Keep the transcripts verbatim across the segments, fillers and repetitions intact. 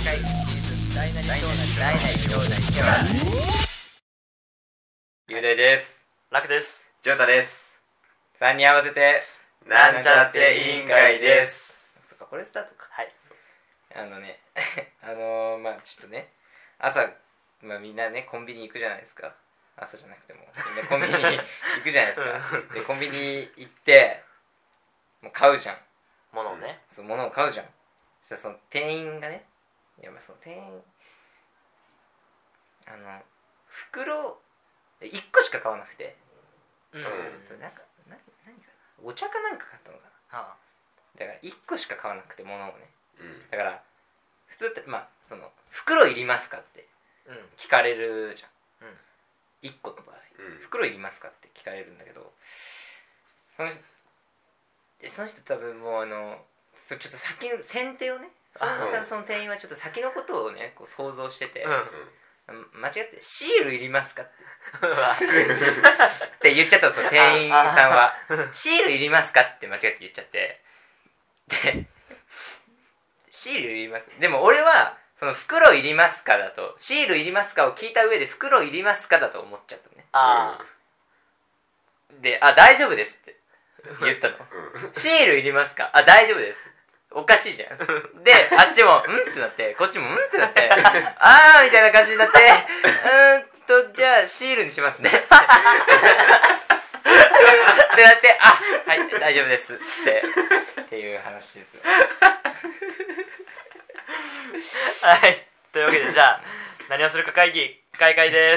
回シーズン大なり小なり大なり小なりでは雄大です。 楽です。 ジョータです。さんにん合わせてなんちゃって委員会です。そっか、これスタートか。 はい。 あのねあのー、まあちょっとね朝、まあ、みんなねコンビニ行くじゃないですか。朝じゃなくてもみんなコンビニ行くじゃないですか。でコンビニ行ってもう買うじゃん、 物をね。 そう物を買うじゃん。そしたらその店員がね、いやまあその店員あの袋いっこしか買わなくて、 うん、 うん、なんかな何かなお茶かなんか買ったのかな、はあ、だからいっこしか買わなくて物をね、うん、だから普通ってまあその袋いりますかって聞かれるじゃん、うん、いっこの場合、うん、袋いりますかって聞かれるんだけど、その人その人多分もうあのちょっと先の先手をね、その多分その店員はちょっと先のことをねこう想像してて、うん、間違ってシールいりますかってって言っちゃったんですよ、店員さんは。シールいりますかって間違って言っちゃって、でシールいります、でも俺はその袋いりますかだと、シールいりますかを聞いた上で袋いりますかだと思っちゃったね。あで、あ、大丈夫ですって言ったの。シールいりますか、あ、大丈夫です。おかしいじゃん。で、あっちも、んってなって、こっちも、んってなって、あーみたいな感じになって、うーんと、じゃあ、シールにしますね。ってなって、あ、はい、大丈夫です。って、っていう話ですよ。 はい。というわけで、じゃあ、何をするか会議、開会です。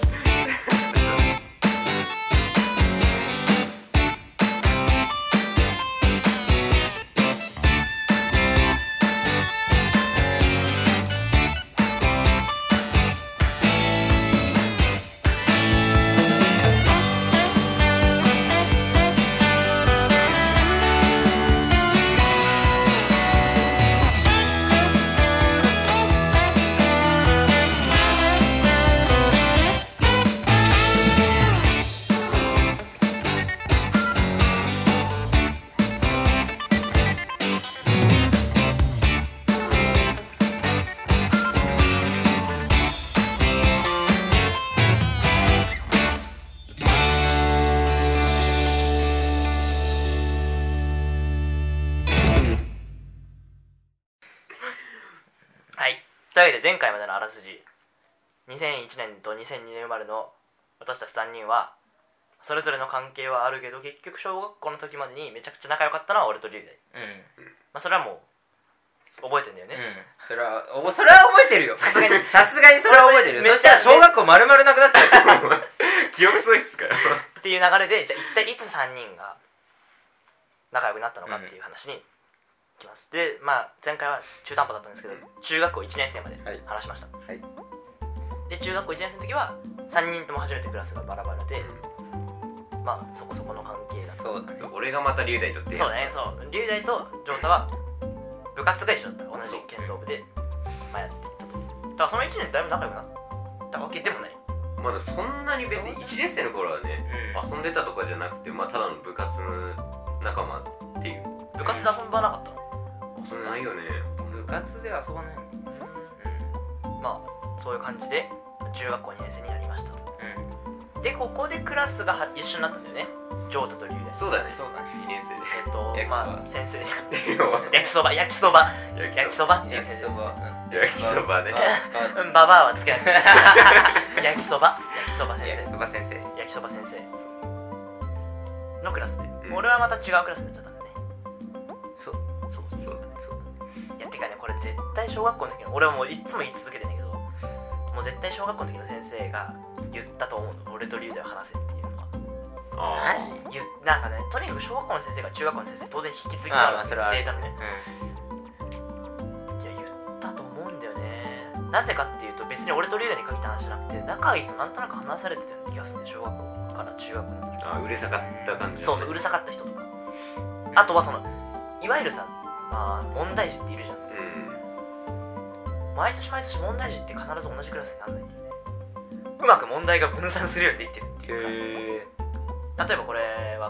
というわけで前回までのあらすじ、にせんいちねんとにせんにねん生まれの私たちさんにんはそれぞれの関係はあるけど、結局小学校の時までにめちゃくちゃ仲良かったのは俺と龍大、うんまあ、それはもう覚えてんだよね、うん、 それはおそれは覚えてるよ、さすがにさすがにそれは覚えてるよ。そしたら小学校丸々なくなったよ記憶喪失かよっていう流れで、じゃあ一体いつさんにんが仲良くなったのかっていう話にきます。で、まあ、前回は中途半端だったんですけど、中学校いちねん生まで話しました、はいはい、で中学校いちねん生の時はさんにんとも初めてクラスがバラバラで、うん、まあそこそこの関係だった。 そうだね、俺がまた龍大とってそうだね、そう龍大とジョータは部活が一緒だった、同じ剣道部で、まあ、やっていたと。だからそのいちねんだいぶ仲良くなったわけでもない。 まだそんなに別にいちねん生の頃はね、うん、遊んでたとかじゃなくて、まあ、ただの部活仲間っていう。 部活で遊ばなかったの？ 遊んでないよね。 部活で遊ばないの、 うん、まあそういう感じで中学校にねん生になりましたと、うん、でここでクラスが一緒になったんだよね、ジョータと龍大。 そうだね、そうだね、にねん生でえっとまあ先生じゃん焼きそば焼きそば焼きそばっていう先生、 焼きそばねババアはつけない焼きそば焼きそば先生焼きそば先生焼きそば先生のクラスで、うん、俺はまた違うクラスになっちゃったんだね。 そうそうそうだね、そういやてかね、これ絶対小学校の時の、俺はもういつも言い続けてんだけど、もう絶対小学校の時の先生が言ったと思うの、俺と龍大を話せっていうのは。 ああマジ？なんかね、とにかく小学校の先生が中学校の先生当然引き継ぎがあるって言っていたのね、うん、いや言ったと思うんだよね。なんでかっていうと、別に俺と龍大に限った話じゃなくて、仲いい人なんとなく話されてたような気がするんだよ、小学校から中学になった時。 あ、うるさかった感じ、ね、 そうそう、うるさかった人とか、あとはそのいわゆるさ、まあ、問題児っているじゃん、うん、毎年毎年問題児って必ず同じクラスにならないんだよね。うまく問題が分散するようにできてるっていうか、例えばこれは、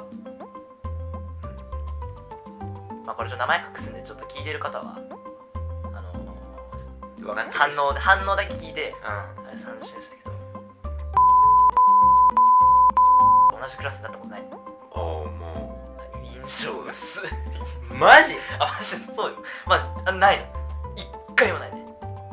まあこれちょっと名前隠すんでちょっと聞いてる方はあのわかんない反応で反応だけ聞いて、 うんあれさんじゅっですけど、同じクラスになったことない。 ああまあ印象薄い。 マジあ、マジでそうよ。マジあないの。一回もないね。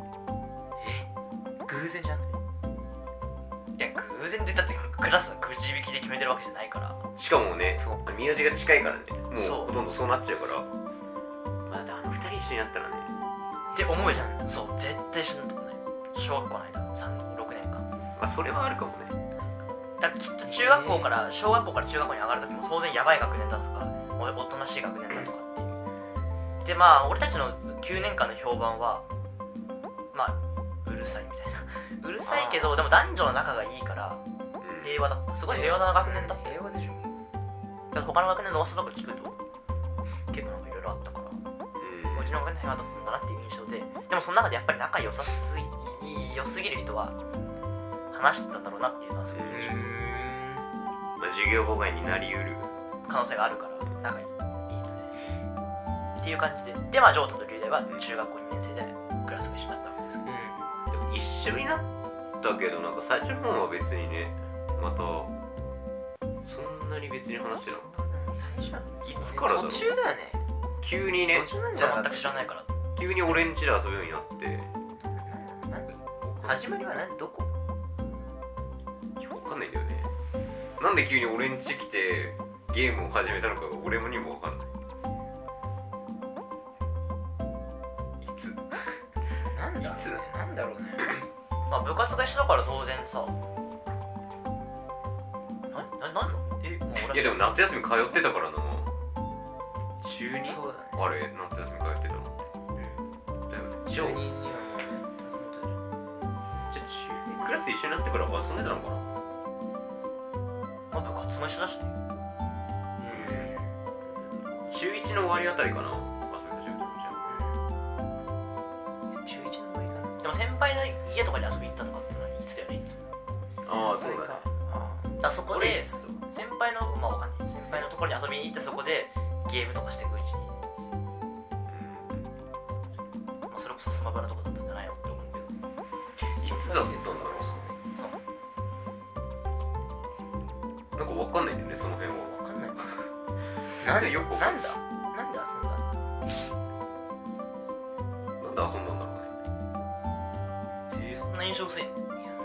偶然じゃん。 いや、偶然でだってクラスのくじ引きで決めてるわけじゃないから。 しかもねそう宮地が近いからねもうそうほとんどそうなっちゃうからまあだってあの二人一緒になったらねって思うじゃん。そう、絶対一緒になったことない。小学校の間、さん、ろくねんかん。 まあそれはあるかもねだからきっと中学校から小学校から中学校に上がる時も当然やばい学年だとかおおとなしい学年だとかっていうでまあ俺たちのきゅうねんかんの評判はまあうるさいみたいなうるさいけどでも男女の仲がいいからうん平和だった。すごい平和な学年だったよ。 平和でしょ。 だから他の学年の噂とか聞くと結構なんかいろいろあったからうんうちの学年平和だったんだなっていう印象ででもその中でやっぱり仲良さすぎ良すぎる人は話してたんだろうなっていうのはすごい印象、 まあ授業妨害になりうる可能性があるから仲いいいいのでっていう感じででまあジョータと龍大は中学校にねん生でクラスが一緒だったわけですけど、 でも一緒になったけどなんか最初の方は別にねまたそんなに別に話してなかっ最初いつからだろう途中だよね。 た急にね途中なんじじゃあゃなかった全く知らないから急に俺ん家で遊ぶようになって何始まりは何どこいやわかんないんだよねなんで急に俺ん家来てゲームを始めたのかが俺もにもわかんないいつなんだいつなんだろうね。 まあ部活が一緒だから当然さな、な、なんのえ、もう俺いやでも夏休み通ってたからな中にそうだね。 あれ夏休み通ってたのだよねじゃあ中二にはもうね。 じゃあ中クラス一緒になってから遊んでたのかなまあ部活も一緒だしね中いちの終わりあたりかな遊び始めたのじゃ中一の終わりかな。 でも先輩の家とかに遊びに行ったとかってのは言ってたよねいつもああそうだねあだからそこで俺いつ先輩のまあわかんない先輩のところに遊びに行ってそこでゲームとかしていくうちに、まあ、それこそスマブラとかだったんじゃないのって思うけどいつだったんだろそううなんかわかんないんだよねその辺はわかんない。 なんでよくわかんなんだなんで遊んだなんで遊んだんだろうねえー、そんな印象薄いの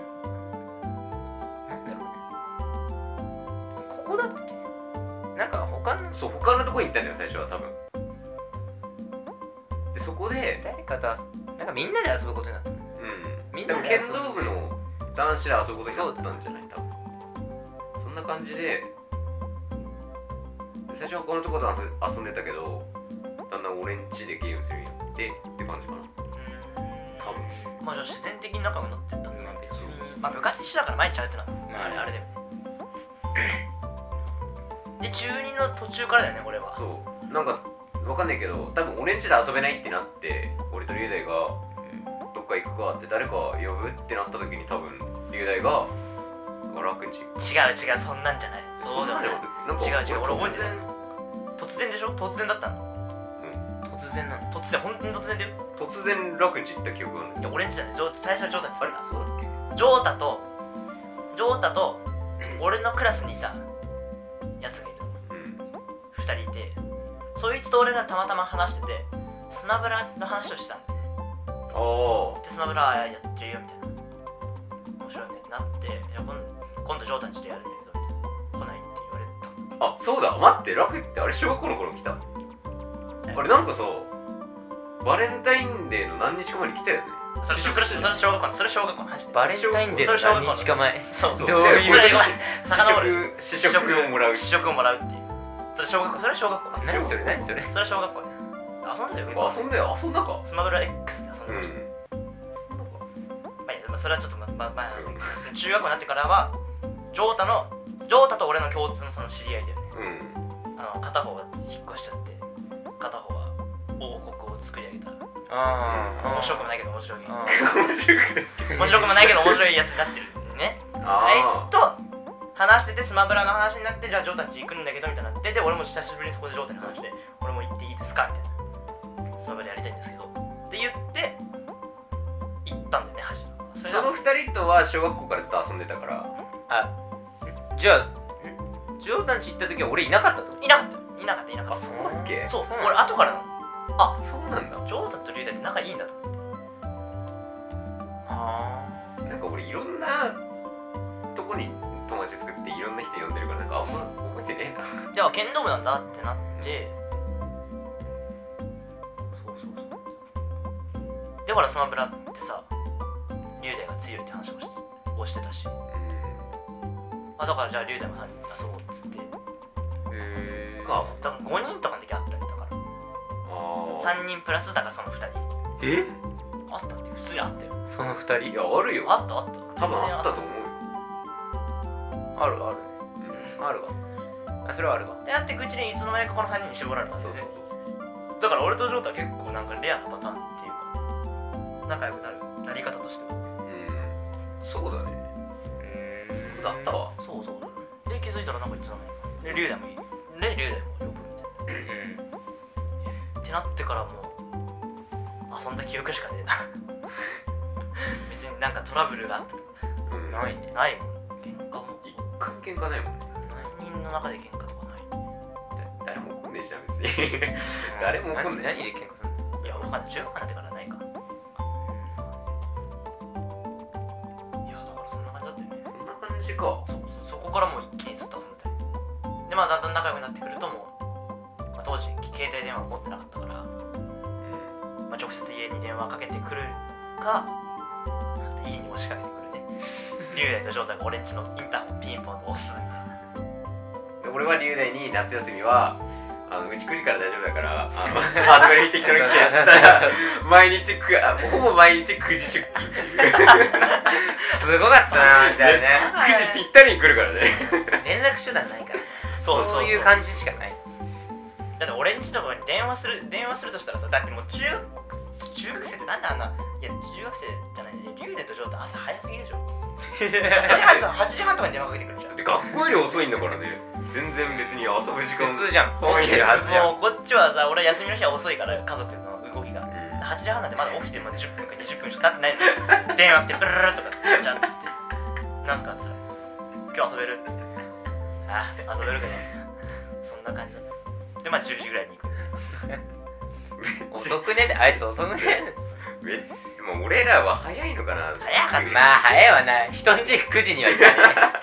なんだろうね。ここだっけなんか他のそう他のとこに行ったんだよ最初は多分でそこで誰かと遊なんかみんなで遊ぶことになったの。 うんみんでもなで遊ぶ剣道部の男子で遊ぶことになったんじゃない多分そんな感じで最初は他のとこで遊んでたけどだんだん俺ん家でゲームするようになってって感じかな多分まあじゃあ自然的に仲良くなってったんだな別そうにまあ部活一緒だから毎日やるってなったまああれあれだよねで中にの途中からだよね俺はそうなんかわかんないけど多分俺ん家で遊べないってなって俺と龍大がどっか行くかって誰か呼ぶってなった時に多分龍大が楽んち違う違うそんなんじゃないそうでもないなんか違う違う俺覚えて突然ない突然でしょ突然だったの突然なの。 突然本当に突然だよ突然楽んち行った記憶があるんいだよや俺んちだねジョー最初はジョータってあれ言ってそうだっけたジョータとジョータと俺のクラスにいたやつがいるうんふたりいてそいつと俺がたまたま話しててスマブラの話をしてたんだよねあでスマブラやってるよみたいな面白いねってなっていや今今度ジョータんちでやるんだけどみたいな来ないって言われたああそうだ待って楽ってあれ小学校の頃来たあれなんかさバレンタインデーの何日か前に来たよねそれそれそれ小学校のそれ小学校の話でバレンタインデーの何日か前。 そうそうどういうそれごめん試遡る食試食をもらう試食をもらうっていうそれ小学校それ小学校何それ何それそれ小学校で遊んでたよ結構遊んだよ遊んだかスマブラ X で遊んでうんました、まあいいやまあそれはちょっとまままあその中学校になってからはジョータのジョータと俺の共通のその知り合いだよねうんあの片方が引っ越しちゃって片方は王国を作り上げたああ。 面白くもないけど面白いあ面白く面白くもないけど面白いやつになってるねあいあつと話しててスマブラの話になってじゃあジョータんち行くんだけどみたいになってで俺も久しぶりにそこでジョータに話して俺も行っていいですかみたいなスマブラやりたいんですけどって言ってイとは小学校からずっと遊んでたから。 あ、じゃあジョーダンち行った時は俺いなかったと。 いなかったいなかったいなかった。 あ、そうだっけ。 そう、俺後からなの。あ、 そうなんだ。 ジョーダンと龍大って仲いいんだと思って。 はあ。なんか俺いろんなとこに友達作っていろんな人呼んでるからなんかあんま覚えてねえな。 じゃあ剣道部なんだってなって、そうそうそう。だからスマブラってさ、龍大が強いって話をしをしてたし、うん、あだからじゃあ龍大もさんにん遊ぼうっつって。 へえ。 か、だからごにんとかの時あったりだから。あさんにんプラスだからそのふたり。 え？ あったって普通にあったよ。 そのふたり？ いやあるよ。 あったあった。 多分あったと思うよ。 あるある。うん、あるわ。あ、それはあるわ。 でやっていくうちにいつの間にかこのさんにんに絞られたんですよね。だから俺とジョータは結構なんかレアなパターンっていうか仲良くなるなり方としては。 うん。そうだね。うん。だったわ。 そうそう。で気づいたらなんかいつの間にか。で龍大もいい。で龍大も呼ぶみたいな。ってなってからもう遊んだ記憶しかねえな。別になんかトラブルがあった。 うん、ないね。 ないもん。喧嘩も一回喧嘩ないもんね。 何人の中で喧嘩とかない。 誰も怒んねえじゃん別に。誰も怒んねえ。 何で喧嘩するの？ いやわかんない。中学になってからないか。いやだからそんな感じだったよね。 そんな感じか。 そうそこからもう一気にずっと遊んでたり。でまあだんだん仲良くなってくるともう、まあ、当時携帯電話を持ってなかったから、まあ、直接家に電話かけてくるか家に押しかけてくるね。龍大とジョータが俺んちのインターホンピンポンと押すみたいな。 で俺は龍大に夏休みはあのうちくじから大丈夫だからあのハードウェア行ってきたの来てやったら毎日くほぼ毎日くじ出勤っていうすごかったなみたいなね。 くじぴったりに来るからね。 連絡手段ないからね。 そうそうそう、 そういう感じしかない。 だって俺んちとかに電話する電話するとしたらさ、だってもう中学中学生ってなんであんな、いや中学生じゃないね、龍大とジョータ朝早すぎでしょ。はちじはんとかはちじはんとかに電話かけてくるじゃん。 で学校より遅いんだからね。全然別に遊ぶ時間普通じゃん。 起きてるはずじゃん。 もうこっちはさ、俺休みの日は遅いから家族の動きが、うん、はちじはんなんてまだ起きてもじゅっぷんかにじゅっぷんしか経ってないのに電話来てブルルルとかってちゃっつってなんすかって言ったら今日遊べるっつってああ遊べるけどそんな感じだったでまあじゅうじぐらいに行く遅くねってあいつ遅くねえでも俺らは早いのかな。 早かった。 まあ早いわな。人んちくじには行かね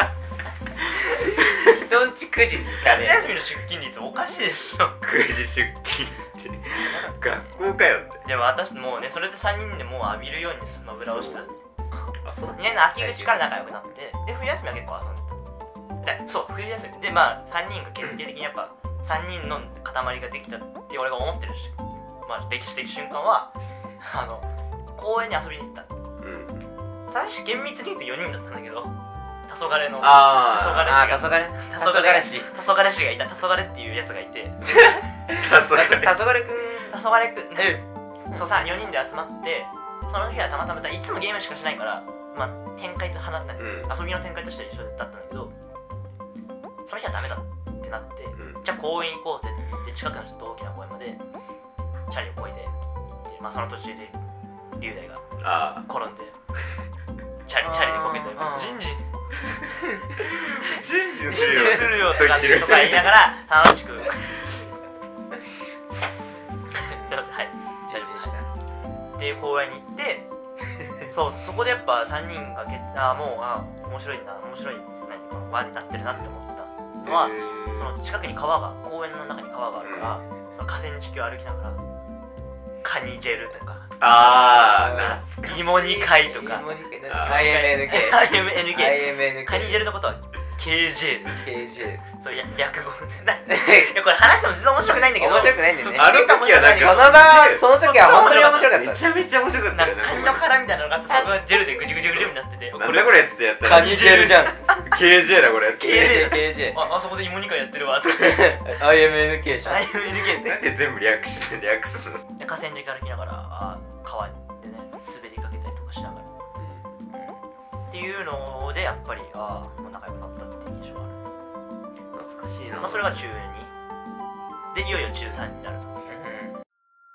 え。人んちくじに行かねえ。 夏休みの出勤率おかしいでしょ。 くじ出勤って学校かよって。 でも私もうねそれでさんにんでもう浴びるようにスマブラをしてたね。 あそうにねんの秋口から仲良くなってで冬休みは結構遊んでた。でそう冬休みでまあさんにんが決定的にやっぱさんにんの塊ができたって俺が思ってるし、まあ歴史的瞬間はあの公園に遊びに行った。うん。ただし厳密に言うとよにんだったんだけど、黄昏のあ黄昏師が黄昏黄昏師黄昏師がいた。黄昏っていうやつがいて、 黄昏くん黄昏くんで、そうさよにんで集まってその日はたまたまいつもゲームしかしないから、まあ展開と花な、うん、遊びの展開としては一緒だったんだけど、その日はダメだってなって、うん、じゃあ公園行こうぜって言って近くのちょっと大きな公園までチャリをこいで行って、まあその途中で龍大が転んでチャリチャリでこけてジンジンジンジンするよとか言いながら楽しくはいジンジンしたっていう公園に行ってそうそこでやっぱさんにんがけあもうあ面白いな面白い何この輪になってるなって思ったのは、その近くに川が公園の中に川があるから、その河川敷を歩きながらカニジェルとかあー、 芋煮会とかアイエムエヌケーアイエムエヌケーアイエムエヌケーカニジェルのことは ケージェーケージェーそういや略語いやこれ話しても全然面白くないんだけど面白くないんだよね。 あの時はなんかその場その時は本当に面白かった。 めちゃめちゃ面白かったよね。 カニの殻みたいなのがあってそこがジェルでグジュグジュグジュになってて、 なんだこれっつってやったらカニジェルじゃん。 ケージェー だこれ。 ケージェー ケージェーああそこで芋煮会やってるわとかアイエムエヌケー じゃん。 アイエムエヌケー ってなんで全部略して略すの。 で河川敷歩きながらあ川でね滑りかけたりとかしながら、うん、っていうのでやっぱりああもう仲良くなったっていう印象がある。 懐かしいな。 まあ、それが中にでいよいよ中さんになると、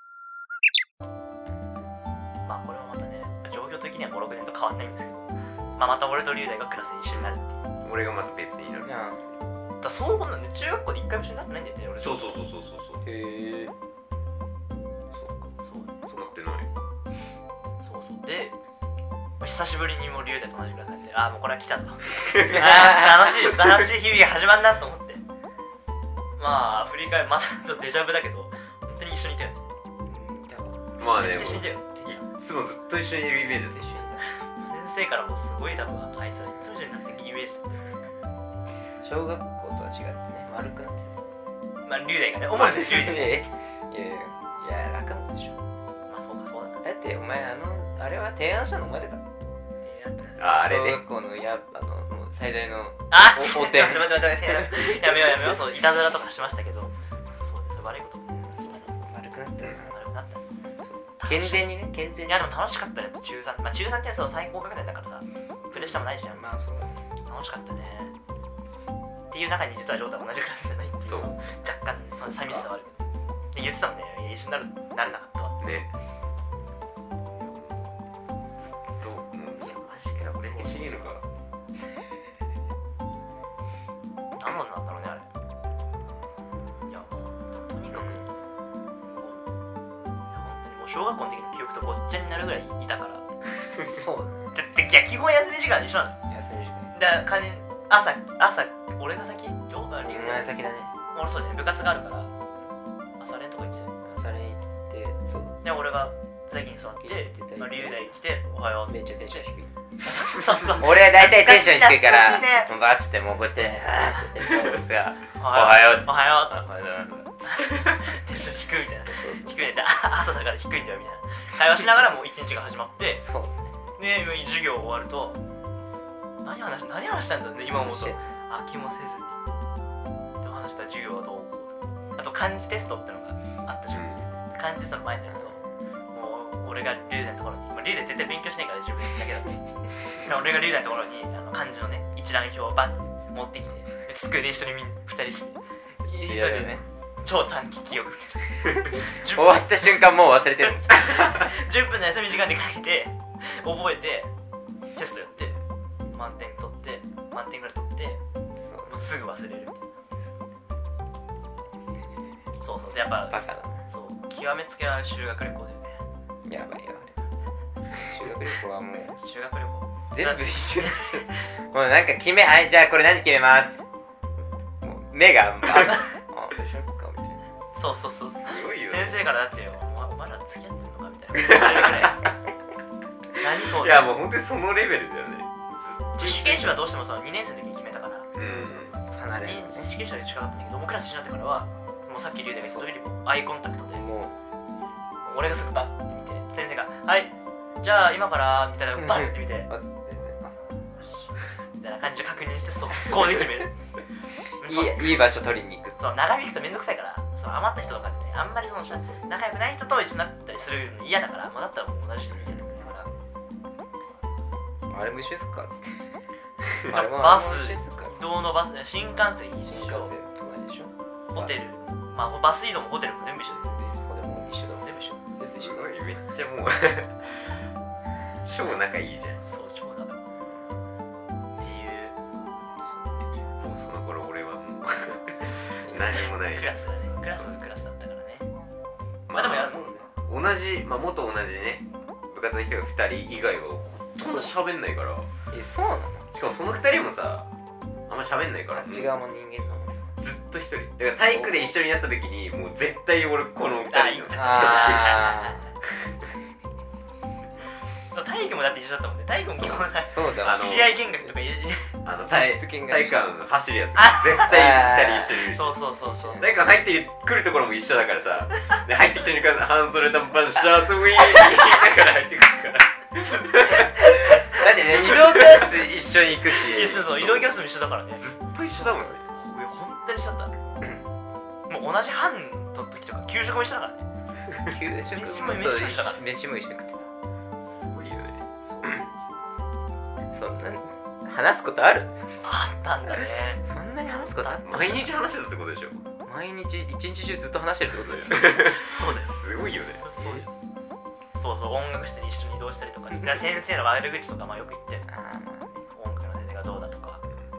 うん、まあこれもまたね状況的にはごろくねんと変わんないんですけどまあ、また俺と龍大がクラスで一緒になるっていう。 俺がまた別になる。 いやだそういうことなんで、中学校で一回も一緒になってないんだよね俺。 そうそうそうそうそうそう。 へえそうそうなってない。 そうそうで久しぶりにもう龍大と同じクラスになって、ああもうこれは来たとあ楽しい楽しい日々が始まるなと思って、まあ振り返るまたちょっとデジャブだけど本当に一緒にいたよね。 まあね、 一緒にいたよ。 いつもずっと一緒にいるイメージです。 先生からもすごい多分あいつらいつも一緒になってるイメージだったよね。 小学校とは違ってね丸くなってる。 まあ龍大がね思わず龍大えいやいやいや楽なんでしょ。 まあそうかそうだだってお前あのあれは提案したのお前だから。 ああれね。 小学校のやあのもう最大のあおお待って待って待って待ってやめようやめよう。そういたずらとかしましたけど、そうねそれ悪いこと丸くなってる悪くなったね。 健全にね健全に。 いやでも楽しかったよ中さん。まあ中さんってその最高学年だからさプレッシャーもないじゃん。 まあそうだね。 楽しかったねっていう中に実はジョータは同じクラスじゃないんで、 そう若干その寂しさはあるけどで言ってたもんね、いや一緒になるなれなかったわってね。どうもういやマジかよ俺欲しいのか。 何なんだろうねあれ。いやとにかくもういや本当にもう小学校の時の記憶とごっちゃになるぐらいいたからそうだね。 だっていや基本休み時間一緒なの。 休み時間だから朝朝俺が先ジョータお前先だね。 俺そうだね部活があるから朝練とか行ってたよ。 朝練行ってそうで俺が座席に座ってまあ龍大来ておはようめっちゃテンション低い。 そうそう俺は大体テンション低いから懐かしいねもうバーッつってもうこうやってあーってもうさおおはようおはようおはようテンション低いみたいな低いねってあ朝だから低いんだよみたいな会話しながらもう一日が始まってそうで授業終わると何話し何話したんだろうね今思うと飽きもせずにと話した授業はどうこうとあと漢字テストってのがあったじゃん。漢字テストの前になるともう俺が龍大のところに、まあ、龍大絶対勉強しないから自分だけだと俺が龍大のところにあの漢字のね一覧表をバッて持ってきて机で一緒にみんな二人して一人でね超短期記憶終わった瞬間もう忘れてるんですじゅっぷんの休み時間で書いて覚えてテストやって満点取って満点ぐらい取ってもうすぐ忘れるみたいな。そうそうでやっぱバカだな。 そう極めつけは修学旅行だよね。 やばいよあれ。修学旅行はもう修学旅行全部一緒にもうなんか決めはいじゃあこれ何決めますもう目がああどうしますかみたいな。 そうそうそうすごいよ、 先生からだってよお前お前ら付き合ってんのかみたいな言われるぐらい何そういやもう本当にそのレベルだよね。 自主研修はどうしてもそのにねん生の時に決めたからうん離れる、ね、 自主研修は近かったんだけどもうクラス一緒になってからはもうさっき龍大が言った通りもアイコンタクトでもう俺がすぐバッて見て先生がはいじゃあ今からみたいなバッて見てあみたいな感じで確認して速攻で決めるいいいい場所取りに行く。 そう長引くとめんどくさいからその余った人とかでねあんまりその仲良くない人と一緒になったりするの嫌だからもうだったらもう同じ人でいいやと思いながらあれも一緒ですかっつってあれバス移動のバス新幹線一緒新幹線と同じでしょ。 ホテルまあバス移動もホテルも全部一緒でこれも一緒だもん。 全部一緒全部一緒だすごいめっちゃもう超仲いいじゃん。 そう超仲良いっていうもうその頃俺はもう何もないクラスがねクラスがクラスだったからね。 まあでもやそう同じ、まあ、元同じね部活の人がふたり以外はほとんど喋んないから。 えそうなの。 しかもそのふたりもさあんま喋んないからあっち側も人間だもん。 ずっと一人だから体育で一緒になった時にもう絶対俺このふたりのあ体育もだって一緒だったもんね。体育も基本ないそうだあの試合見学とかあの体ずっと見学体育館走るやつ絶対ふたり一緒にいるしそうそうそうそう体育館入ってくるところも一緒だからさで入ってきた瞬間半袖短パンシャツウィーンって言いながら入ってくるからだってね移動教室一緒に行くし一緒そう移動教室も一緒だからね。 ずっと一緒だもんね。 俺本当に一緒だったもう同じ班の時とか給食も一緒だからね。 給食飯も飯も一緒だから飯も一緒に食ってた。 すごいよね。 そんな話すことある。 あったんだね。 そんなに話すことあった。 毎日話してたってことでしょ。 毎日一日中ずっと話してるってことだよそうだよすごいよね。 そうよそうそう音楽室に一緒に移動したりとか先生の悪口とかまあよく言ってあーまあね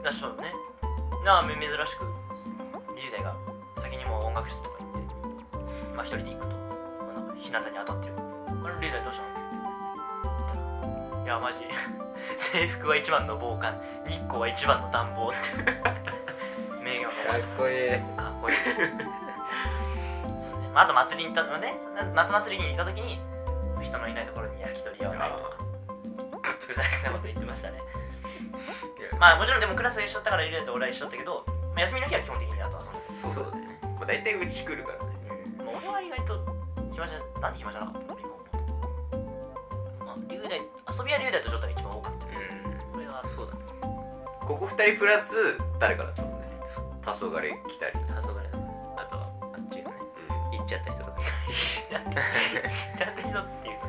だしそうねなあ珍しく龍大が先にもう音楽室とか行ってまあ一人で行くと、まあ、なんか日向に当たってるあれ龍大どうしたのって言っていやマジ制服は一番の防寒日光は一番の暖房って名言を残したかっこいいかっこいいそうね、まあ、あと祭りに行ったのね夏祭りに行った時に人のいないところに焼き鳥屋をないとかふざけなこと言ってましたねまあもちろんでもクラスが一緒だったからリレーと俺は一緒だったけど、まあ、休みの日は基本的にあと遊んでるそうだよね、 まあ、大体うち来るからね、 うん、まあ、俺は意外と暇じゃなんで暇じゃなかったんだろう今思うとまあ龍大遊びは龍大とジョータが一番多かった、うん、俺はそうだねここふたりプラス誰かだったもんね黄昏来たり黄昏あとはあっちがね、うん、行っちゃった人とか行っちゃった人っていうと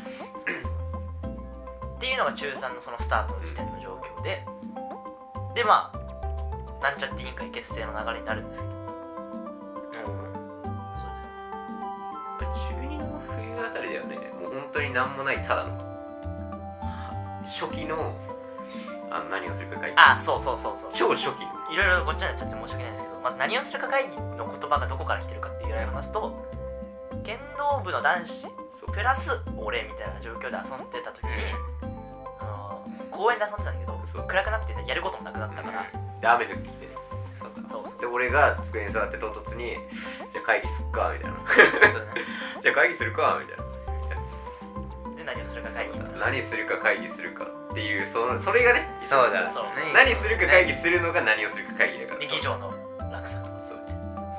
っていうのが中さんのそのスタートの時点の状況ででまあなんちゃって委員会結成の流れになるんですけど、うん、 そうです中にの冬あたりだよねもう本当になんもないただの初期のあの何をするか会議あそうそうそうそう超初期のいろいろごっちゃになっちゃって申し訳ないんですけどまず何をするか会議の言葉がどこから来てるかっていうのを話すと剣道部の男子プラス俺みたいな状況で遊んでた時に、あの公園で遊んでたんだけど暗くなってやることもなくなったから、 うん、で雨降ってきてねそうそうそうで俺が机に座って唐突にじゃあ会議すっかみたいなじゃあ会議するかみたいなで何をするか会議何するか会議するかっていうそのそれがねそうだそう何するか会議するのが何をするか会議だからで議長の落差とかそう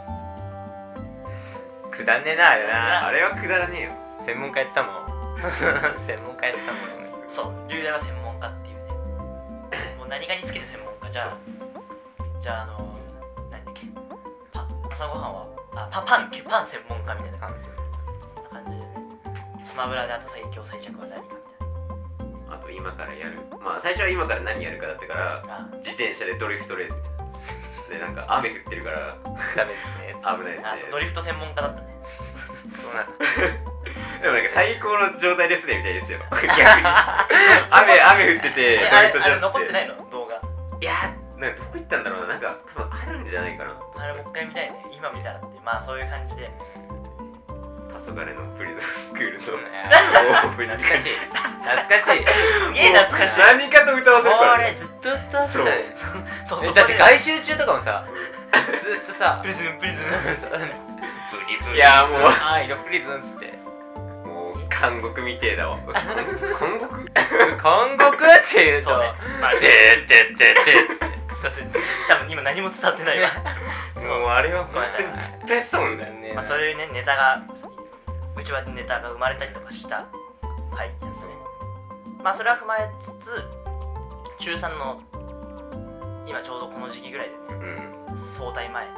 くだんねえなあれなあれはくだらねえよ専門家やってたもん専門家やってたもんそう龍大は専門家っていうねもう何かにつけて専門家じゃあじゃああの何だっけパ朝ごはんはあパパンパン専門家みたいな感じそんな感じでねスマブラであと最強最弱は何かみたいなあと今からやるまあ最初は今から何やるかだったから自転車でドリフトレースみたいなでなんか雨降ってるからダメですね危ないですねあそうドリフト専門家だったねそうなんだでもなんか最高の状態ですねみたいですよ逆に雨雨降っててドリフトしあれあれやす残ってないのの動画いやーなんかどこ行ったんだろうななんか多分あるんじゃないかなあれもう一回見たいね今見たらってまあそういう感じで黄昏のプリズンスクールの懐かしい懐かしいすげえ懐かしい何かと歌わせるから、ね、 これずっと歌わせたねそうそうだって外周中とかもさずっとさプリズンプリズンプリズンいやもうはいドプリズンっつってもう監獄みてえだわ監獄監獄っていうとそうねまあででですいません多分今何も伝わってないわもうあれはごめんなさいずっとやってたもんねまあ、そういうねネタがうちはネタが生まれたりとかした回なんですねまあそれは踏まえつつ中さんの今ちょうどこの時期ぐらいでねうん早退前に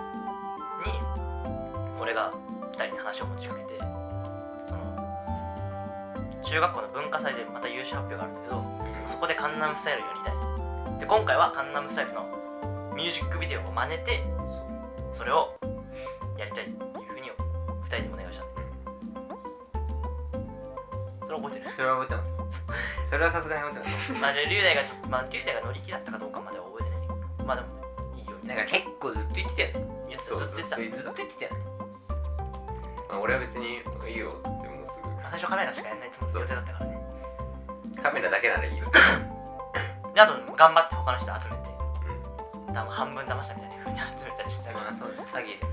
俺がふたりに話を持ちかけてその中学校の文化祭でまた有志発表があるんだけどそこでカンナムスタイルをやりたいで今回はカンナムスタイルのミュージックビデオを真似てそれをやりたいっていうふうにふたりにお願いしたんでそれ覚えてるそれは覚えてますそれはさすがに覚えてますまあじゃあ龍大がちょっとまあ龍大が乗り気だったかどうかまでは覚えてないんだけどまあでもいいよみたいななんか結構ずっと言ってたよね言ってたずっと言ってたずっと言ってたよねまあ、俺は別にいいよってもうすぐまあ最初カメラしかやんないつもり予定だったからねカメラだけならいいよであと頑張って他の人集めてうん多分半分騙したみたいな風に集めたりしてたからまあそうだ詐欺で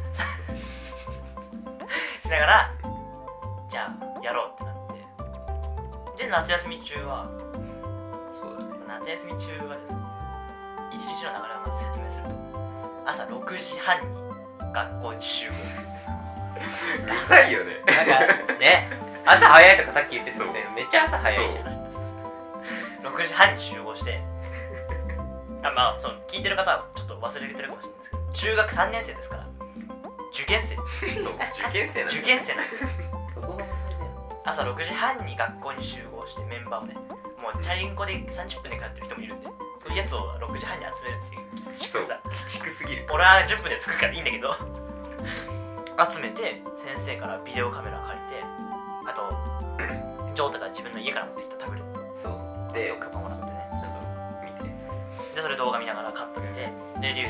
しながらじゃあやろうってなってで夏休み中はそうだね夏休み中はですね一日の流れをまず説明すると朝ろくじはんに学校に集合うるさいよねなんかね朝早いとかさっき言ってたんですけどめっちゃ朝早いじゃんろくじはんに集合してあまあその聞いてる方はちょっと忘れてるかもしれないですけど中学さんねん生ですから受験生そう受験生なんだ受験生なんですそこが問題だよ朝ろくじはんに学校に集合してメンバーをねもうチャリンコでさんじゅっぷんで通ってる人もいるんでそういうやつをろくじはんに集めるっていう鬼畜さ鬼畜すぎる俺はじゅっぷんで着くからいいんだけど集めて先生からビデオカメラ借りてあとジョータが自分の家から持ってきたタブレットそうで許可もらってねちゃんと見てでそれ動画見ながらカット見て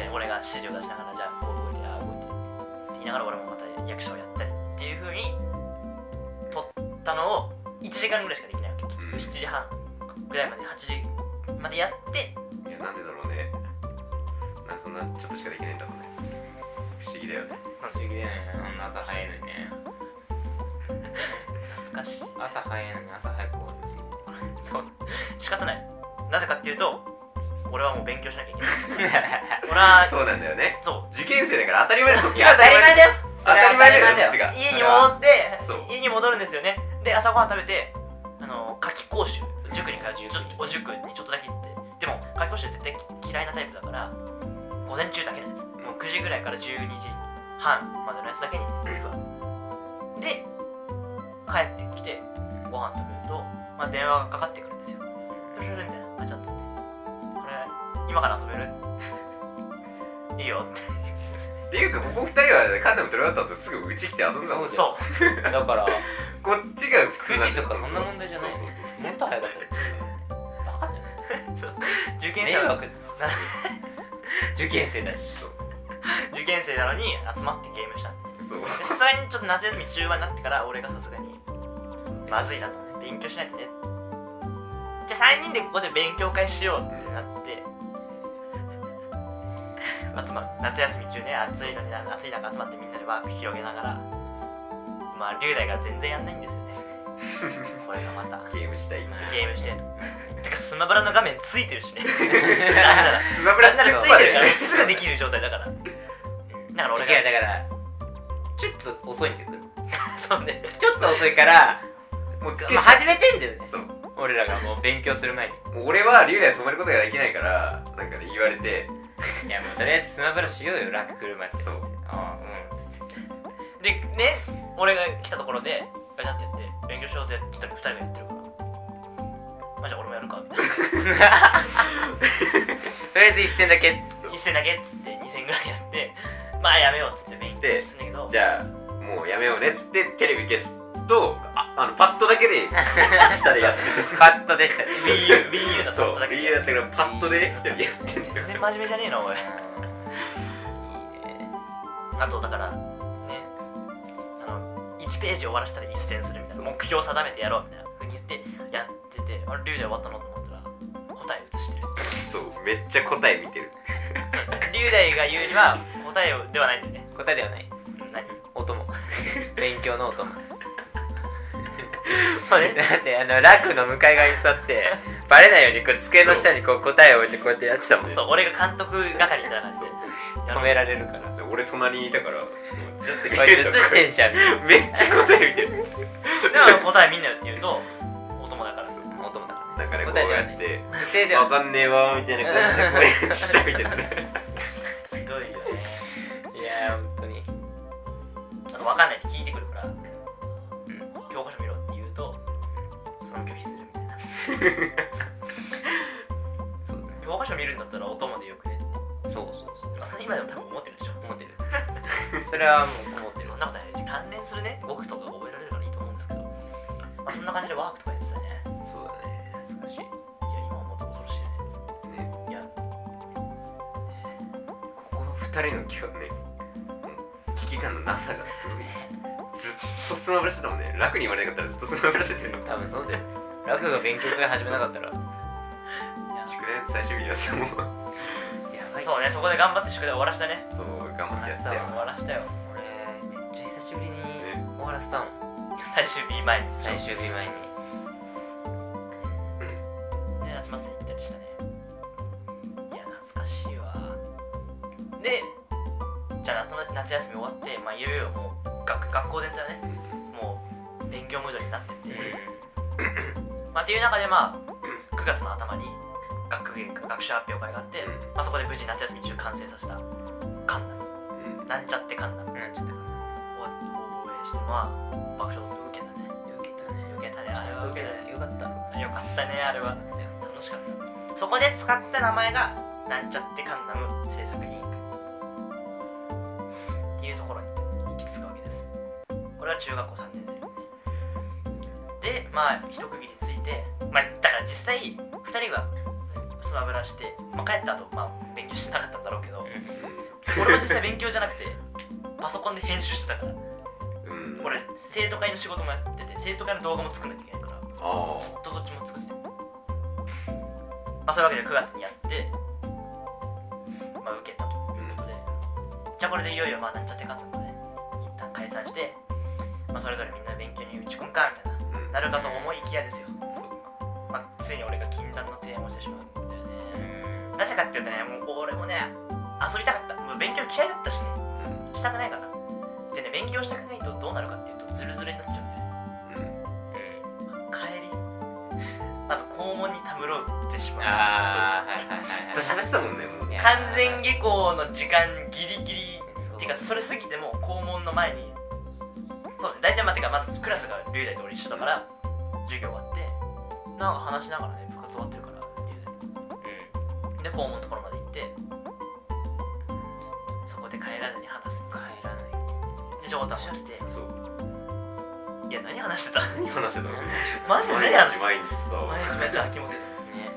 ね、俺が指示を出しながらじゃあこう動いてああ動いてって言いながら俺もまた役者をやったりっていう風に撮ったのをいちじかんぐらいしかできないわけ。結局しちじはんぐらいまではちじまでやって。 いやなんでだろうね。なんでそんなちょっとしかできないんだろうね。不思議だよね。 不思議だよね。あんな朝早いのにね。 懐かしい。 朝早いのに朝早く終わるし。 そう仕方ない。なぜかっていうと俺はもう勉強しなきゃいけない俺はそうなんだよね。 そう受験生だから当たり前だよ。 当たり前だよ。 当たり前だよ。 だよ。 家に戻ってそう家に戻るんですよね。で朝ごはん食べてあの夏季講習塾に通うちょお塾にちょっとだけ行ってでも夏季講習絶対嫌いなタイプだから午前中だけのやつもうくじぐらいからじゅうにじはんまでのやつだけに行くわで帰ってきてご飯食べると、まあ、電話がかかってくるんですよ。プルルルみたいなガチャッつってこれ今から遊べるいいよってっていうかここふたりはカンナム取り終わった後すぐうち来て遊んだもんね。 そうだからこっちが普通くじとかそんな問題じゃない。 そうそうもっと早かったよ。バカじゃないそう受験生迷惑受験生だしそう受験生なのに集まってゲームしたんでそうでさすがにちょっと夏休み中盤になってから俺がさすがにまずいなと勉強しないとねじゃあさんにんでここで勉強会しようってなって集まる夏休み中ね暑いのに暑い中集まってみんなでワーク広げながらまあ龍大が全然やんないんですよねこれがまたゲームしたいゲームしてとてかスマブラの画面ついてるしねスマブラなんならついてるからすぐできる状態だからだから俺が違うだからちょっと遅いんだよそうねちょっと遅いからもうつけまあ始めてんだよねそう俺らがもう勉強する前にもう俺は龍大止まることができないからなんかね言われていやもうとりあえずスマブラしようよ楽来るまでそうああでね俺が来たところでガチャってやって勉強しようぜって言ったらふたりがやってるからまあじゃあ俺もやるかみたいなとりあえず一戦だけ一戦だけっつってに戦ぐらいやってまあやめようっつって勉強するんだけどじゃあもうやめようねっつってテレビ消すとああのパッドだけで下でやってるパッドでしたね Wii U のパッドだけ Wii U だったからパッドでね一人でやってんだよ全然真面目じゃねえなおいいいねあとだからねあのいちページ終わらせたら一戦するみたいな目標を定めてやろうみたいなふうに言ってやっててあれ龍大終わったのと思ったら答え映してるそうめっちゃ答え見てる龍大が言うには答えではないんだよね答えではない何お供勉強のお供そうねだってあの楽の向かい側に座ってバレないようにこう机の下にこう答えを置いてこうやってやってたもん。 そう俺が監督係みたいな感じで止められるから俺隣にいたからちょっとこれ映してんじゃんめっちゃ答え見てるだから答えみんなよって言うとお供だからお供だからなんかねこう答えではないやって不正ではないわかんねえわみたいな感じでこうやって下見てるひどいよねいやー本当にあと分かんないって聞いてくるから、うん、教科書見ろって言うとその拒否するみたいなそう教科書見るんだったらお供でよくねってそうそうそうそれ今でも多分思ってるでしょ思ってるそれはもう思ってるそんなことない関連するね語句とか覚えられるからいいと思うんですけど、まあ、そんな感じでワークとかやってたねそうだね懐かしいいや今思うと恐ろしいよねねいやここのふたりの気はね危機感のなさがすごいずっとスマブラしてたもんね楽に言われなかったらずっとスマブラしてるの多分そうだよ楽が勉強会始めなかったら宿題最終日にはさもうやばいそうねそこで頑張って宿題終わらしたねそう頑張ってやってよ終わらしたよ俺めっちゃ久しぶりに終わらせたもん最終日前に最終日前にで夏祭り行ったりしたねいや懐かしいわでじゃあ夏の夏休み終わってまあいよいよもう学学校全体はねもう勉強ムードになってて、まあっていう中でまあくがつの頭に学芸学習発表会があって、まあ、そこで無事夏休み中完成させたカンナム、うん、なんちゃってカンナムなんちゃってかを応援してまあ爆笑受けたね受けたね受けたねあれは受けたねよかったよかったねあれは楽しかったそこで使った名前がなんちゃってカンナム制作委員会っていうところに行き着くわけです。これは中学校さんねん生でねでまあ一区切りついてまあだから実際ふたりがスマブラして、まあ、帰った後、まあ勉強してなかったんだろうけど、俺も実際勉強じゃなくてパソコンで編集してたから、うん、俺生徒会の仕事もやってて、生徒会の動画も作んなきゃいけないから、あずっとどっちも作ってて、まあそういうわけでくがつにやって、まあ受けたということで、うん、じゃあこれでいよいよまあなんちゃってかんなんだね、一旦解散して、まあそれぞれみんな勉強に打ち込むかみたいな、うん、なるかと思いきやですよ、まあ、ついに俺が禁断の提案をしてしまうんだよね。なぜかっていうとね、もう俺もね遊びたかった、もう勉強嫌いだったしね、うん、したくないからでね、勉強したくないとどうなるかっていうとズルズルになっちゃうんだよね、うんうん、帰りまず校門にたむろってしまう。ああ、はいはいはい、 ずっと喋ってたもんね、もうね。 完全下校の時間ギリギリっていうか、それ過ぎても校門の前に、そうね、大体まあてかまずクラスが龍大と俺一緒だから、授業終わってなんか話しながらね、部活終わってるから龍大、うん、で校門のところまで行って、そこで帰らずに話す。帰らないでジョータも来て、そういや何話してた何話してたのマジで何話してた毎日さ毎日めっちゃ飽きもせるね。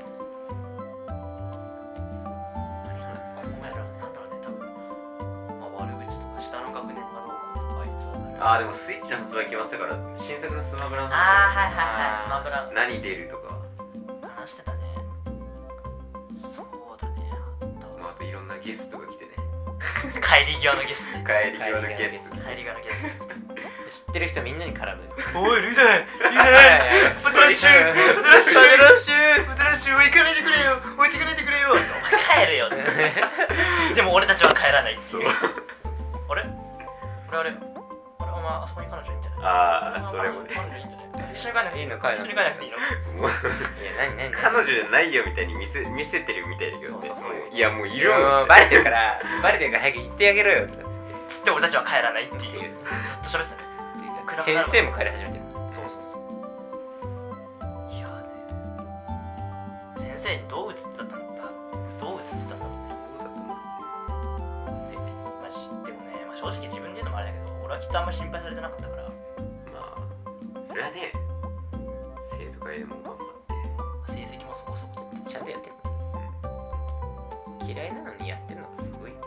この前らなんだろうね、多分、まあ、悪口とか下の学年がどうこうとかあいつは誰ああでもスイッチの発売決まってたから新作のスマブラのああはいはいはいスマブラ何出るとか話してたね。そうだね、あったわ、 まあ、あといろんなゲストが来てね帰り際のゲストね帰り際のゲスト帰り際のゲスト知ってる人みんなに絡む。 おい、リュウダイリュウダイフットラッシュフットラッシュフットラッシュフットラッシュ行かないでくれよ置いてかないでくれよお前帰れよってでも俺たちは帰らないっていうあれ俺あれあれお前あそこに彼女いいんじゃない？ ああそれもね彼女いいんじゃない？一緒に帰らなくていいの？ 帰一緒に帰らなくていいの？ いや何何彼女じゃないよみたいに見せ見せてるみたいだけどね。 そうそうそういやもういるよバレてるからバレてるから早く言ってあげろよってつって俺たちは帰らないっていうずっと喋ってたね。 先生も帰り始めてる。 そうそうそういやーね先生にどう映ってたんだどう映ってたんだろうどうだったんだろうね。まあ知ってもね、まあ、正直自分で言うのもあれだけど俺はきっとあんまり心配されてなかったから、 まあそれはね生徒会でも頑張って成績もそこそこ取ってちゃんとやってる、うん、嫌いなのにやってるのがすごい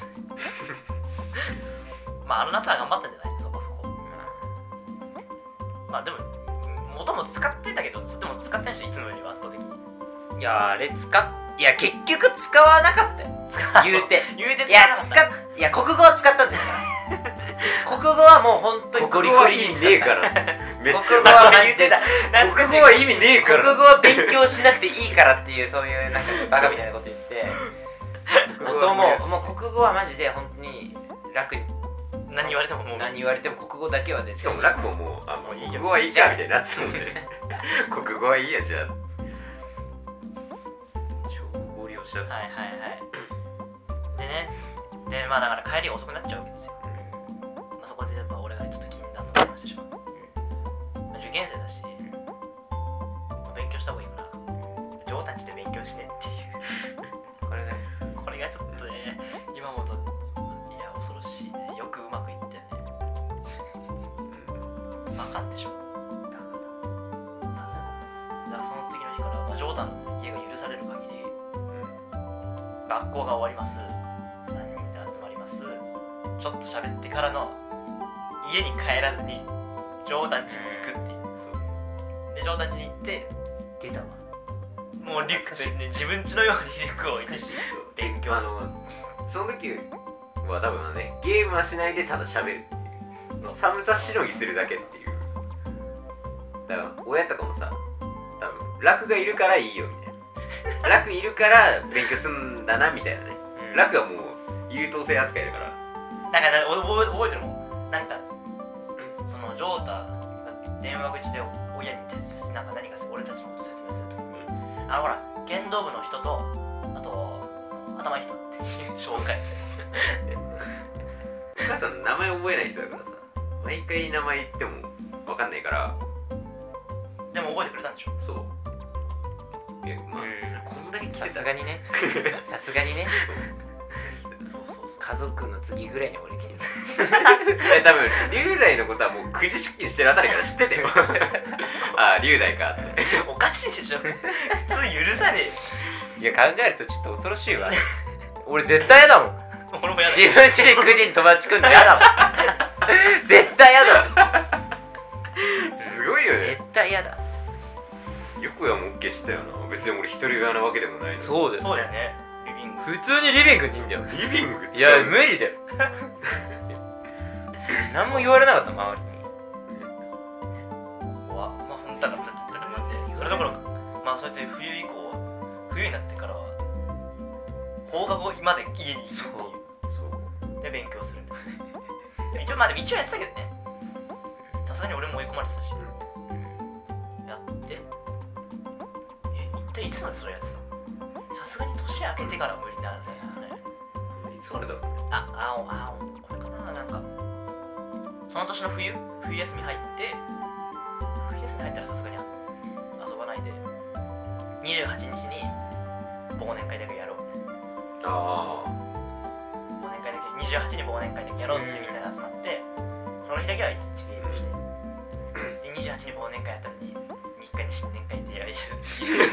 まああの夏は頑張ったんじゃないそこそこ、まあでも元も使ってたけどでも使ってないでしょいつもよりは圧倒的に。 いやあれ使っいや結局使わなかったよ言うて言うていや使っいや国語は使ったんだよ国語はもう本当にゴリゴリ意味ねえからめっちゃ国語はマジで国語は意味ねえから国語は勉強しなくていいからっていうそういうなんかバカみたいなこと言って元ももう国語はマジで本当に楽に何言われてももう何言われても国語だけは絶対しかも楽ももうあもう国語はいいかみたいになってたもんね国語はいいやじゃあ超合理をしちゃった。 はいはいはいでねでまあだから帰りが遅くなっちゃうわけですよ、まあ、そこでやっぱ俺がちょっと禁断の話してしまう、まあ、受験生だし、まあ、勉強した方がいいから上達で勉強してっていうこれねこれがちょっとね今もといや恐ろしいね。よくうまくいったよね。バカでしょバカだ。だからその次の日から、まあ、ジョータンの家が許される限り、うん、学校が終わりますさんにんで集まりますちょっと喋ってからの家に帰らずにジョータン家に行くっていう、うん、でジョータン家に行って出たわもうリュックで、ね、自分家のようにリュックを置いて勉強する。 あのその時は多分ねゲームはしないでただ喋るっていう寒さしのぎするだけっていうだから親とかもさ多分楽がいるからいいよみたいな楽いるから勉強すんだなみたいなね、うん、楽はもう優等生扱いだからだから覚え覚えてるもんなんかそのジョータが電話口で親になんか何か俺たちのこと説明するときにあのほら剣道部の人とあと頭いい人っていう紹介お母さん名前覚えない人だからさ毎回名前言っても分かんないからでも覚えてくれたんでしょ。 そういやまあ、うん、こんだけ来てたさすがにねさすがにねそうそうそうそう家族の次ぐらいに俺来てる多分龍大のことはもうくじ出勤してるあたりから知っててよああ龍大かっておかしいでしょ普通許さねえいや考えるとちょっと恐ろしいわ俺絶対嫌だもん俺もやだ自分家でくじに友達来んの嫌だもん絶対嫌だすごいよね。 絶対嫌だ横山も OK したよな。別に俺一人部屋なわけでもないのに。 そうだよそうだよね。リビング普通にリビングにいいんだよリビングっていや無理だよ何も言われなかった周りにはまあそのだからだってだからなんでそれどころかまあそうやって冬以降冬になってからは放課後まで家にいるっていうそうで勉強するんですね一応まあでも一応やってたけどねさすがに俺も追い込まれてたし、やってえ一体いつまでそれやってたさすがに年明けてからは無理ならないなってねいつまでだろう。 あ、あお、あお、これかな、なんかその年の冬、冬休み入って冬休み入ったらさすがに遊ばないでにじゅうはちにちに忘年会だけやろうみたいなあ忘年会だけにじゅうはちに忘年会だけやろうってみんなで集まってその日だけは一日ゲームしてでにじゅうはちに忘年会やったのにみっかに新年会でやるっていう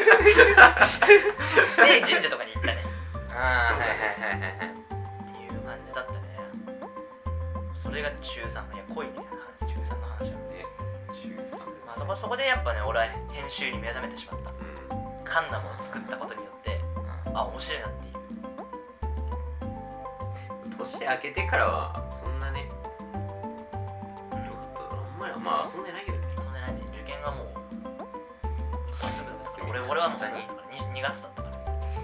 で神社とかに行ったねああそうだねはいはいはいはいっていう感じだったねそれが中さんいや濃いね話中さんの話はあねじゅうさん。 まあそこそこでやっぱね俺は編集に目覚めてしまったうんカンナムを作ったことによってあ面白いなっていう年明けてからはそんなねどうだったろうあんまりまあ遊んでないけどね。 そんなないね受験がもうすぐだったから俺俺はもうすぐだったから 2, にがつだったから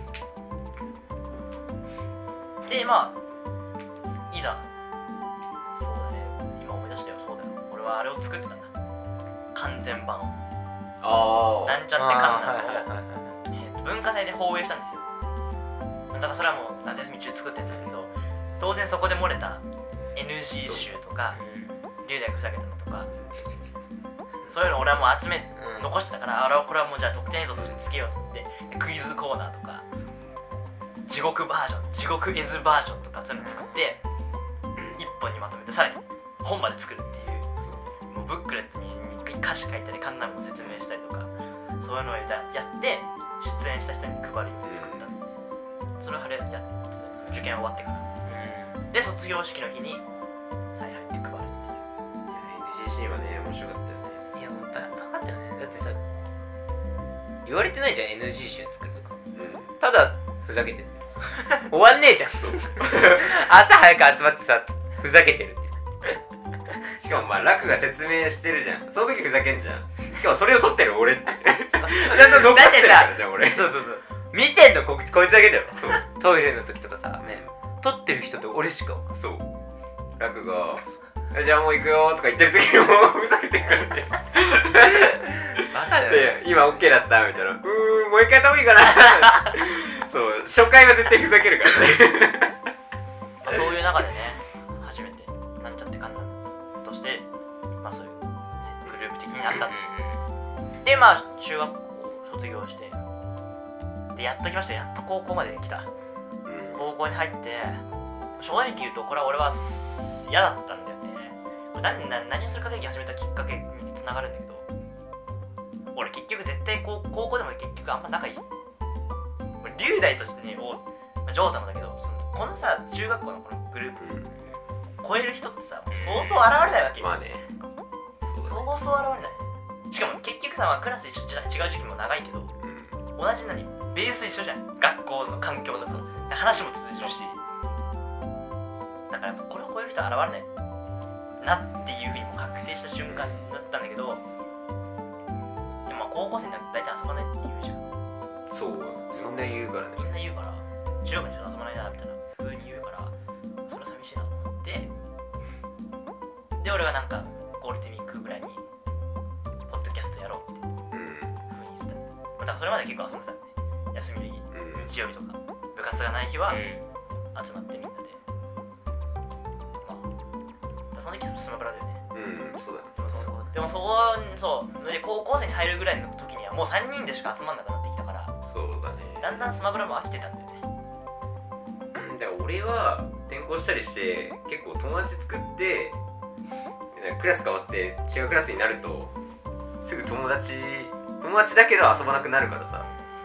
でまあいざそうだね今思い出したよそうだよ俺はあれを作ってたんだ完全版をあなんちゃってカンナムをはいはいはいはいえーと文化祭で放映したんですよだからそれはもう夏休み中作ったやつだけど当然そこで漏れた エヌジー 集とか龍大がふざけたのとかそういうの俺はもう集めうん残してたからあれはこれはもうじゃあ得点映像としてつけようと思ってクイズコーナーとか地獄バージョン地獄絵図バージョンとかそういうの作って一本にまとめてさらに本まで作るっていうもうブックレットに歌詞書いたりカンナムも説明したりとかそういうのをやって出演した人に配るように作ったんでそれをやって受験終わってからで卒業式の日に再入って配るっていうエヌジーシー はね面白かったよね。 いやもうババカだよねだってさ言われてないじゃん エヌジー 集作るとかうんただふざけてる終わんねえじゃん朝早く集まってさふざけてるってしかもまあ楽が説明してるじゃん。その時ふざけんじゃん。しかもそれを撮ってる俺ってちゃんと残してるからね俺。 そうそうそう見てんのここいつだけだよそうトイレの時とかさね撮ってる人って俺しか分かんないそう楽が「じゃあもう行くよ」とか言ってる時にもふざけてくるってバカだよねで今 OK だったみたいな「うーんもう一回やった方がいいかな」そう初回は絶対ふざけるからねまあ、そういう中でね初めてなんちゃってカンナムとしてまあそういうグループ的になったとでまあ中学校卒業してでやっと来ましたやっと高校まで来たうん高校に入って正直言うとこれは俺は嫌だったんだよねこれ 何, 何何をするか劇始めたきっかけにつながるんだけど俺結局絶対高高校でも結局あんま仲いい俺龍大としてねおジョータもだけどそのこのさ中学校のこのグループ超える人ってさもうそうそう現れないわけよ、 まあねそうそう現れないしかも結局さ、まあ、クラス一緒じゃ違う時期も長いけどうん同じなにベース一緒じゃん学校の環境とか話も通じるしだからやっぱこれを超える人は現れないなっていうふうにも確定した瞬間だったんだけどでもまあ高校生になると大体遊ばないって言うじゃんそうみんな言うからねみんな言うから中学に遊ばないなみたいな風に言うからそれは寂しいなと思ってで俺はなんかゴールデンウィークぐらいにポッドキャストやろうってうん風に言ってただからそれまで結構遊んでたんでね休みの日うん日曜日とか部活がない日はう集まってみんなでまあだからその時スマブラだよねうんそうだねでもそうでもそうそうで高校生に入るぐらいの時にはもうさんにんでしか集まんなくなってきたからそうだねだんだんスマブラも飽きてたんだよねだから俺は転校したりして結構友達作ってクラス変わって違うクラスになるとすぐ友達友達だけど遊ばなくなるからさ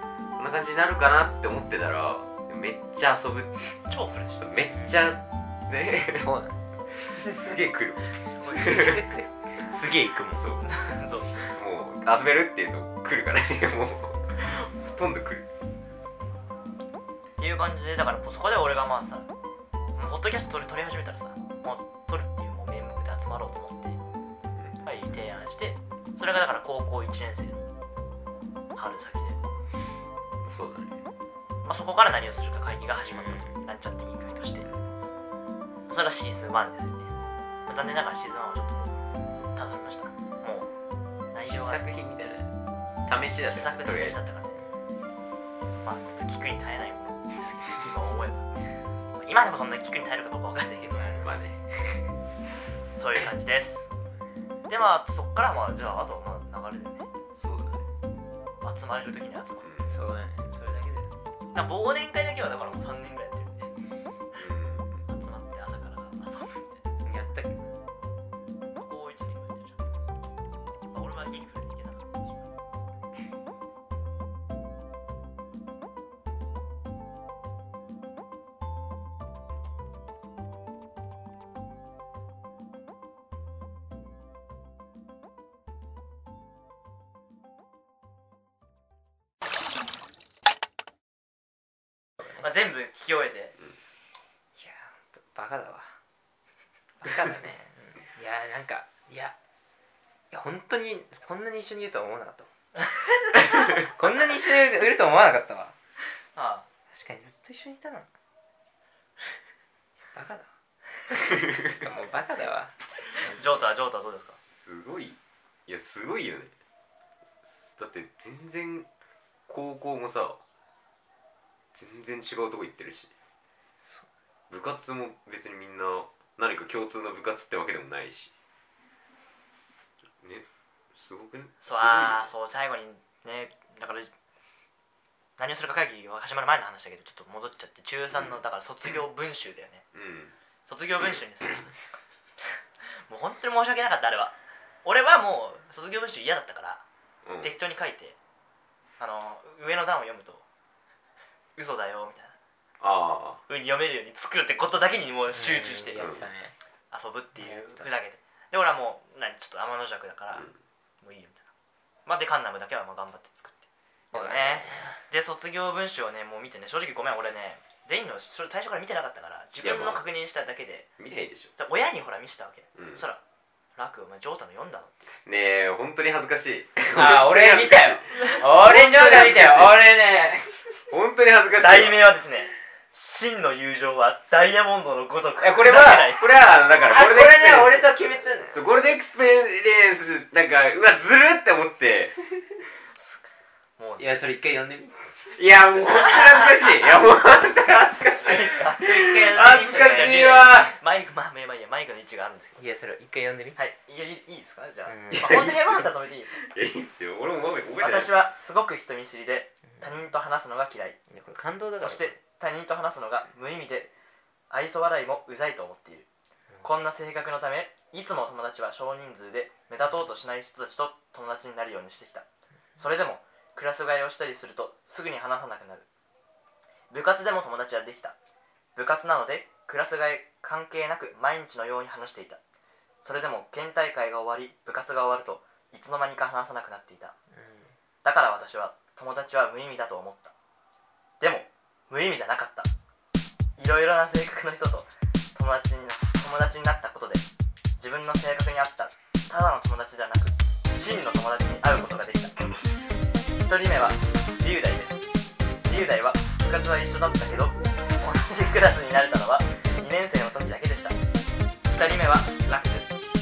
な感じになるかなって思ってたらめっちゃ遊ぶ超来るでしょ。 めっちゃねそうだねすげえ来るすげえ行くもんそうもう遊べるっていうと来るからねもうほとんど来るっていう感じで、だからそこで俺がまあさ、もうポッドキャスト撮り撮り始めたらさ、もう撮るっていうもう名目で集まろうと思って、はい、提案して、それがだから高校いちねん生の春先で、 そうだねまあ、そこから何をするか会議が始まったと、なんちゃって委員会として、それがシーズンワンですよね。まあ残念ながらシーズンワンはちょっとたどりました。もう内容が試作品みたいな試しだった試作とりあえず試しだったからね。まあちょっと聞くに耐えないものですけど、今思えば。今でもそんな聞くに耐えるかどうかわかんないけど、 まあねそういう感じです。でまあそっからまあじゃああとはまあ流れでね、 そうだね集まれる時に集まる。 そうだねそれだけでだから忘年会だけはだからもうさんねんぐらいやってるんで、集まって朝から遊ぶみたいな。 やったけど高いちの時もやってるじゃん。まあ、俺は家に触れていけなかったし。まあ、全部聞き終えて、 いやーバカだわバカだね、うん、いやーなんかいやいや本当にこんなに一緒にいるとは思わなかったわこんなに一緒にいるとは思わなかったわああ確かにずっと一緒にいたなバカだわもうバカだわジョータはジョータはどうですか？ すごいいやすごいよねだって全然高校もさ全然違うとこ行ってるし部活も別にみんな何か共通の部活ってわけでもないしねすごくねそうああそう最後にねだから何をするか会議が始まる前の話だけどちょっと戻っちゃって中さんのだから卒業文集だよね、 うん、 卒業文集にさもう本当に申し訳なかったあれは俺はもう卒業文集嫌だったから、うん、適当に書いてあの上の段を読むと嘘だよみたいなああ風に読めるように作るってことだけにもう集中してやってたね遊ぶっていうふざけてで俺はもう何ちょっと天の弱だから、うん、もういいよみたいなまあでカンナムだけはまあ頑張って作ってそうだねで卒業文集をねもう見てね正直ごめん俺ね全員のそれ最初から見てなかったから自分の確認しただけで見ないでしょ親にほら見せたわけ、うん、そしたら楽お前ジョータの読んだのってねえ本当に恥ずかしいああ俺見たよ俺ジョータ見たよ俺ね本当に恥ずかしい題名はですね真の友情はダイヤモンドのごとくこれはこれはだからこれね俺と決めてんのそうゴールデンエクスペリエンスなんかうわずるって思ってもういやそれ一回読んでみいやもう本当に恥ずかしいいやもう本当に恥ずかしい恥ずかしいわマイクまあまあいいやマイクの位置があるんですけどいやそれ一回読んでみはいいやいいですかじゃあ、うんまあ、本当に読まなかったら止めていいですかいやいいっすよ俺も覚えてない私はすごく人見知りで他人と話すのが嫌い、 いやこれ感動だからそして他人と話すのが無意味で愛想笑いもうざいと思っている、うん、こんな性格のためいつも友達は少人数で目立とうとしない人たちと友達になるようにしてきた。それでもクラス替えをしたりするとすぐに話さなくなる。部活でも友達はできた。部活なのでクラス替え関係なく毎日のように話していた。それでも県大会が終わり部活が終わるといつの間にか話さなくなっていた、うん、だから私は友達は無意味だと思った。でも無意味じゃなかった。いろいろな性格の人と友達にな友達になったことで自分の性格に合ったただの友達ではなく真の友達に会うことができた。ひとりめは龍大です。龍大は部活は一緒だったけど同じクラスになれたのはにねん生の時だけでした。ふたりめは楽です。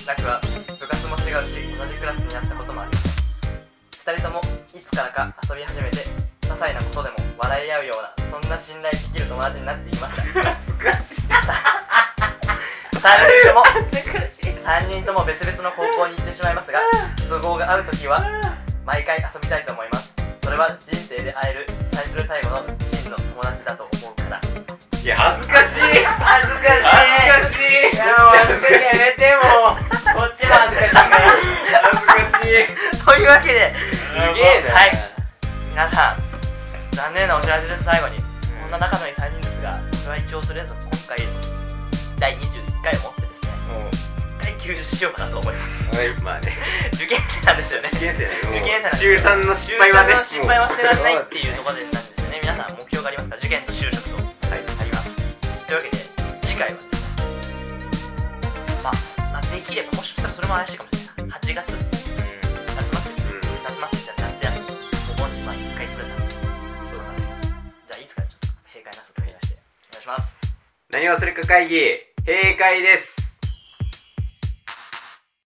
楽は部活も違うし同じクラスになったこともあります。ふたりともいつからか遊び始めて些細なことでも笑い合うようなそんな信頼できる友達になっていました。 恥ずかしいさんにんともさんにんとも別々の高校に行ってしまいますが都合が合うときは毎回遊びたいと思います。それは人生で会える最初で最後の真の友達だと思うから。 いや恥ずかしい恥ず恥ずかしいいいやもう恥ずかしいやめてもこっちも恥ずかしいから恥ずかしいというわけですげえなはい皆さん残念休日しようかなと思います。 はい、まあね。 受験生なんですよね。 受験生ね。 受験生なんです中さんの失敗はね。 中さんの失敗はしてられないっていうところでなんですよね。皆さん目標がありますか？受験と就職とあります。というわけで次回はですね、まあ、まあ、できればもしかしたらそれも怪しいかもしれない。はちがつ、うん、夏祭り、うん、夏祭りじゃ夏休み、お盆にまあいっかい取れたらと思います。じゃあいつかちょっと閉会なさとお願いしてお願いします。 何をするか会議閉会です。